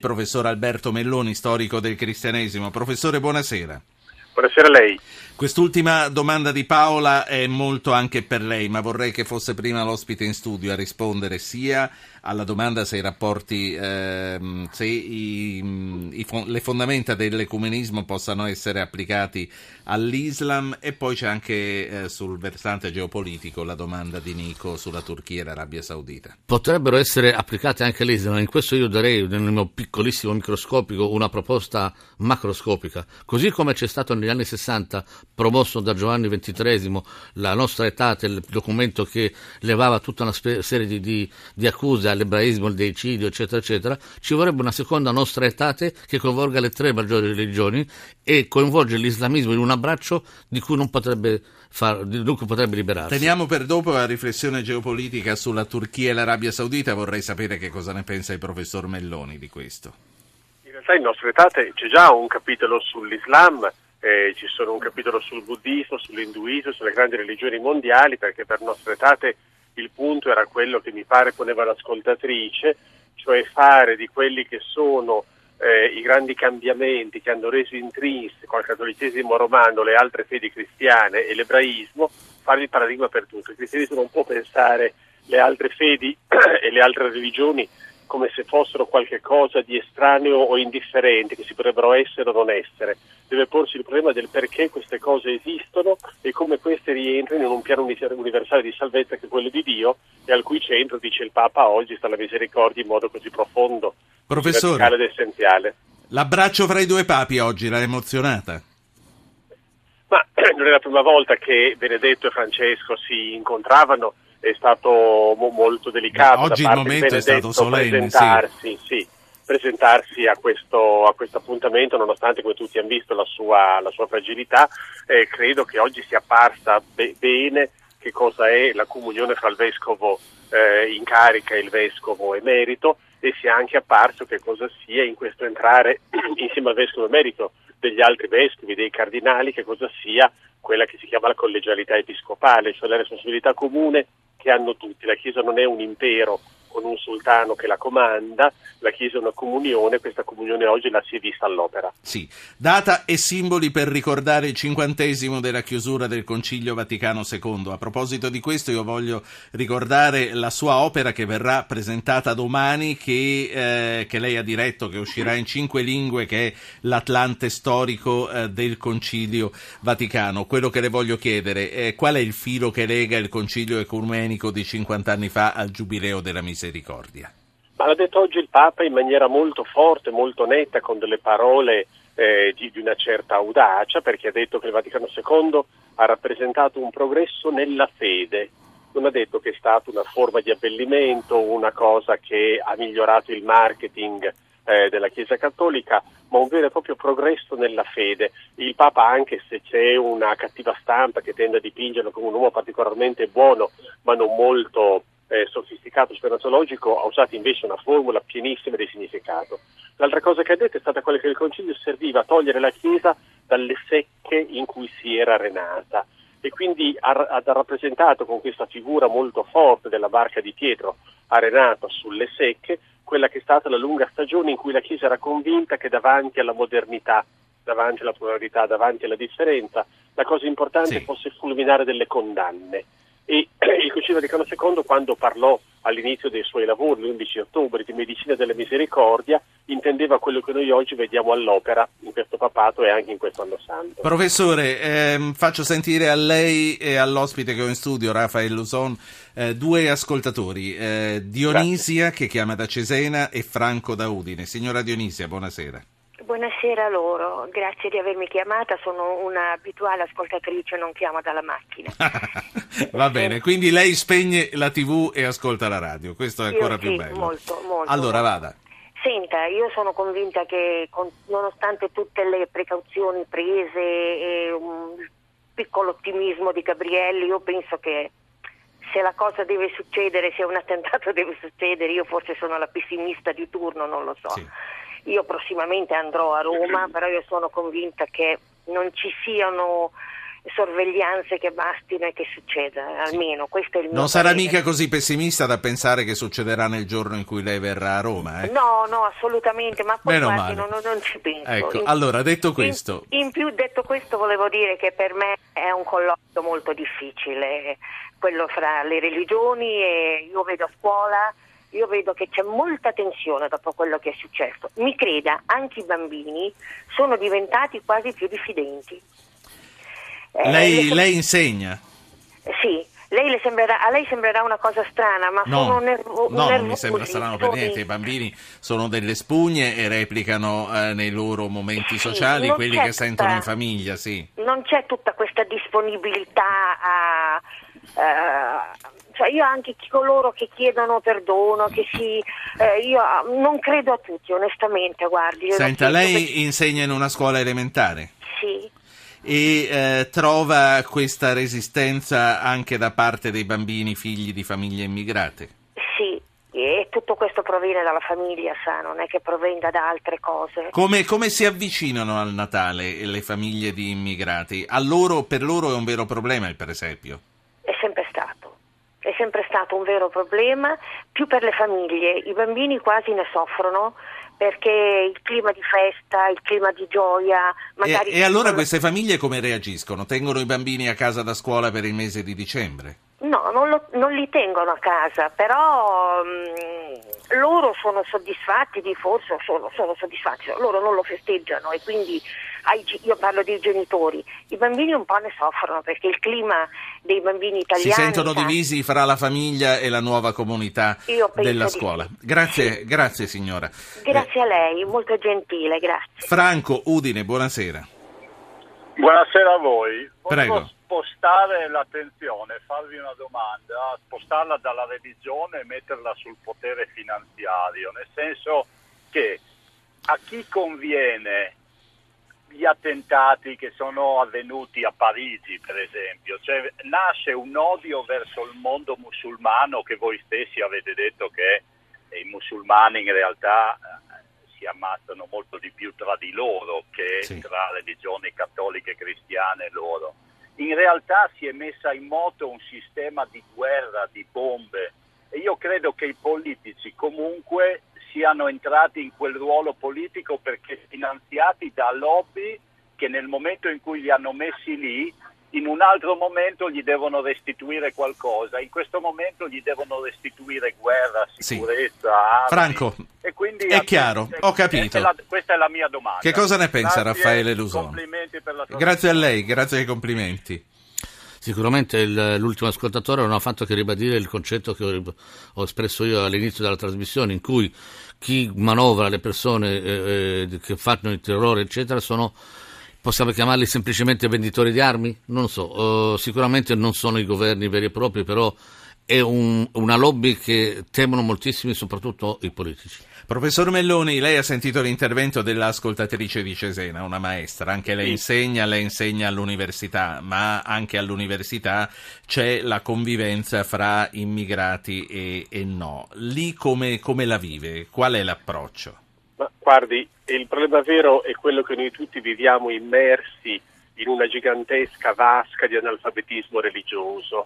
Professor Alberto Melloni, storico del cristianesimo. Professore, buonasera. Buonasera a lei. Quest'ultima domanda di Paola è molto anche per lei, ma vorrei che fosse prima l'ospite in studio a rispondere sia alla domanda se i rapporti, se le fondamenta dell'ecumenismo possano essere applicati all'Islam, e poi c'è anche sul versante geopolitico la domanda di Nico sulla Turchia e l'Arabia Saudita. Potrebbero essere applicate anche all'Islam, in questo io darei nel mio piccolissimo microscopico una proposta macroscopica, così come c'è stato negli anni 60 promosso da Giovanni XXIII la nostra Aetate, il documento che levava tutta una serie di accuse all'ebraismo, al deicidio, eccetera, eccetera. Ci vorrebbe una seconda nostra Aetate che coinvolga le tre maggiori religioni e coinvolge l'islamismo in un abbraccio di cui non potrebbe liberarsi. Teniamo per dopo la riflessione geopolitica sulla Turchia e l'Arabia Saudita. Vorrei sapere che cosa ne pensa il professor Melloni di questo. In realtà in nostra Aetate c'è già un capitolo sull'Islam, ci sono un capitolo sul buddismo, sull'induismo, sulle grandi religioni mondiali, perché per nostra Aetate il punto era quello che mi pare poneva l'ascoltatrice, cioè fare di quelli che sono i grandi cambiamenti che hanno reso intrinseco al cattolicesimo romano le altre fedi cristiane e l'ebraismo, fare il paradigma per tutto. Il cristianesimo non può pensare le altre fedi e le altre religioni come se fossero qualche cosa di estraneo o indifferente, che si potrebbero essere o non essere. Deve porsi il problema del perché queste cose esistono e come queste rientrano in un piano universale di salvezza che è quello di Dio, e al cui centro, dice il Papa oggi, sta la misericordia in modo così profondo, Professore, verticale ed essenziale. L'abbraccio fra i due papi oggi l'ha emozionata? Ma non è la prima volta che Benedetto e Francesco si incontravano, è stato molto delicato. Oggi da parte il momento di è stato solenne, presentarsi a questo appuntamento, nonostante, come tutti hanno visto, la sua fragilità. Credo che oggi sia apparsa bene che cosa è la comunione fra il vescovo in carica e il vescovo emerito, e sia anche apparso che cosa sia in questo entrare insieme al vescovo emerito degli altri vescovi, dei cardinali, che cosa sia quella che si chiama la collegialità episcopale, cioè la responsabilità comune che hanno tutti. La Chiesa non è un impero con un sultano che la comanda, la Chiesa è una comunione, questa comunione oggi la si è vista all'opera. Sì, data e simboli per ricordare il 50° della chiusura del Concilio Vaticano II. A proposito di questo io voglio ricordare la sua opera che verrà presentata domani, che lei ha diretto, che uscirà in 5 lingue, che è l'Atlante storico del Concilio Vaticano. Quello che le voglio chiedere è qual è il filo che lega il Concilio Ecumenico di 50 anni fa al Giubileo della Misericordia? Ma l'ha detto oggi il Papa in maniera molto forte, molto netta, con delle parole di una certa audacia, perché ha detto che il Vaticano II ha rappresentato un progresso nella fede. Non ha detto che è stata una forma di abbellimento, una cosa che ha migliorato il marketing della Chiesa Cattolica, ma un vero e proprio progresso nella fede. Il Papa, anche se c'è una cattiva stampa che tende a dipingerlo come un uomo particolarmente buono, ma non molto sofisticato, speranzologico, ha usato invece una formula pienissima di significato. L'altra cosa che ha detto è stata quella che il Concilio serviva a togliere la Chiesa dalle secche in cui si era arenata, e quindi ha rappresentato con questa figura molto forte della barca di Pietro arenata sulle secche quella che è stata la lunga stagione in cui la Chiesa era convinta che davanti alla modernità, davanti alla pluralità, davanti alla differenza, la cosa importante fosse fulminare delle condanne. E il Concilio Vaticano II, quando parlò all'inizio dei suoi lavori, l'11 ottobre, di medicina della misericordia, intendeva quello che noi oggi vediamo all'opera in questo papato e anche in questo anno santo. Professore, faccio sentire a lei e all'ospite che ho in studio, Rafael Luson, due ascoltatori, Dionisia, che chiama da Cesena, e Franco da Udine. Signora Dionisia, buonasera. Buonasera a loro, grazie di avermi chiamata, sono una abituale ascoltatrice, non chiamo dalla macchina. Va bene, quindi lei spegne la TV e ascolta la radio, questo è ancora più bello. Molto. Allora vada. Senta, io sono convinta che nonostante tutte le precauzioni prese e un piccolo ottimismo di Gabrielli, io penso che se la cosa deve succedere, se un attentato deve succedere, io forse sono la pessimista di turno, non lo so. Sì. Io prossimamente andrò a Roma, però io sono convinta che non ci siano sorveglianze che bastino e che succeda, almeno questo è il mio Non sarà parere. mica così pessimista da pensare che succederà nel giorno in cui lei verrà a Roma, eh? No, assolutamente, ma poi Meno guardi, male. non ci penso. Ecco, allora, detto questo... In più, detto questo, volevo dire che per me è un colloquio molto difficile, quello fra le religioni, e io vedo a scuola, io vedo che c'è molta tensione dopo quello che è successo. Mi creda, anche i bambini sono diventati quasi più diffidenti. Lei insegna? Sì. A lei sembrerà una cosa strana, ma sono nervosi. No, non mi sembra strano per niente. I bambini sono delle spugne e replicano nei loro momenti sociali quelli che sentono in famiglia, sì. Non c'è tutta questa disponibilità cioè io anche coloro che chiedono perdono, io non credo a tutti, onestamente, guardi. Senta, lei insegna in una scuola elementare? Sì. E trova questa resistenza anche da parte dei bambini figli di famiglie immigrate? Sì, e tutto questo proviene dalla famiglia, non è che provenga da altre cose. Come si avvicinano al Natale le famiglie di immigrati? Per loro è un vero problema il presepio? È sempre stato un vero problema, più per le famiglie. I bambini quasi ne soffrono, perché il clima di festa, il clima di gioia... magari E allora queste famiglie come reagiscono? Tengono i bambini a casa da scuola per il mese di dicembre? No, non li tengono a casa, però loro sono soddisfatti, sono soddisfatti, loro non lo festeggiano, e quindi io parlo dei genitori. I bambini un po' ne soffrono, perché il clima dei bambini italiani... Si sentono divisi fra la famiglia e la nuova comunità della scuola. Grazie signora. Grazie a lei, molto gentile, grazie. Franco, Udine, buonasera. Buonasera a voi. Prego. Volevo spostare l'attenzione, farvi una domanda, spostarla dalla religione e metterla sul potere finanziario, nel senso che a chi conviene gli attentati che sono avvenuti a Parigi, per esempio? Cioè, nasce un odio verso il mondo musulmano, che voi stessi avete detto che i musulmani in realtà si ammazzano molto di più tra di loro che tra religioni cattoliche e cristiane loro. In realtà si è messa in moto un sistema di guerra, di bombe, e io credo che i politici comunque siano entrati in quel ruolo politico perché finanziati da lobby che nel momento in cui li hanno messi lì, in un altro momento gli devono restituire qualcosa. In questo momento gli devono restituire guerra, sicurezza, armi. Franco, e quindi è chiaro, ho capito. Questa è la mia domanda. Che cosa ne pensa Raffaele Lusone? Complimenti per la sua Grazie a lei, grazie ai complimenti. Sicuramente l'ultimo ascoltatore non ha fatto che ribadire il concetto che ho espresso io all'inizio della trasmissione, in cui chi manovra le persone che fanno il terrore, eccetera, possiamo chiamarli semplicemente venditori di armi? Non so, sicuramente non sono i governi veri e propri, però è una lobby che temono moltissimi, soprattutto i politici. Professor Melloni, lei ha sentito l'intervento dell'ascoltatrice di Cesena, una maestra, anche lei insegna all'università, ma anche all'università c'è la convivenza fra immigrati e no. Lì come la vive? Qual è l'approccio? Ma guardi, il problema vero è quello che noi tutti viviamo immersi in una gigantesca vasca di analfabetismo religioso.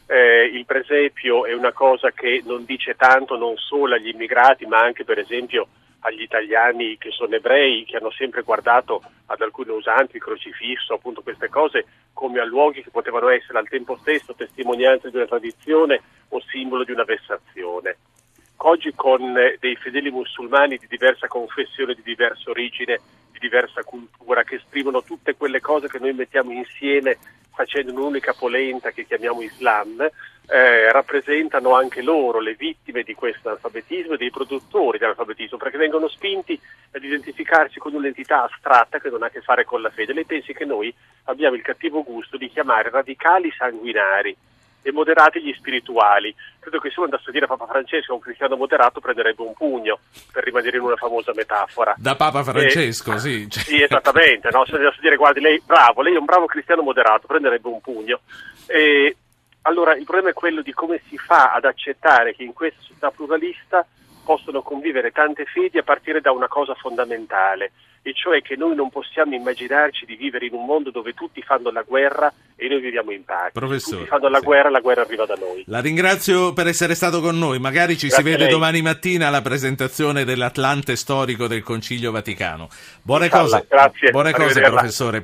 Il presepio è una cosa che non dice tanto non solo agli immigrati, ma anche per esempio agli italiani che sono ebrei, che hanno sempre guardato ad alcune usanti, il crocifisso, appunto queste cose, come a luoghi che potevano essere al tempo stesso testimonianze di una tradizione o simbolo di una vessazione. Oggi con dei fedeli musulmani di diversa confessione, di diversa origine, di diversa cultura, che esprimono tutte quelle cose che noi mettiamo insieme facendo un'unica polenta che chiamiamo Islam, rappresentano anche loro le vittime di questo analfabetismo e dei produttori dell'analfabetismo, perché vengono spinti ad identificarsi con un'entità astratta che non ha a che fare con la fede. Lei pensi che noi abbiamo il cattivo gusto di chiamare radicali sanguinari e moderati gli spirituali. Credo che se uno andasse a dire a Papa Francesco, un cristiano moderato prenderebbe un pugno, per rimanere in una famosa metafora. Da Papa Francesco, sì. Sì, esattamente, no? Se andasse a dire, guardi, lei è un bravo cristiano moderato, prenderebbe un pugno. Allora, il problema è quello di come si fa ad accettare che in questa società pluralista possono convivere tante fedi a partire da una cosa fondamentale, e cioè che noi non possiamo immaginarci di vivere in un mondo dove tutti fanno la guerra e noi viviamo in pace. Professore, tutti fanno la guerra arriva da noi. La ringrazio per essere stato con noi, magari ci si vede domani mattina alla presentazione dell'Atlante storico del Concilio Vaticano. Buone cose, Grazie. buone cose professore.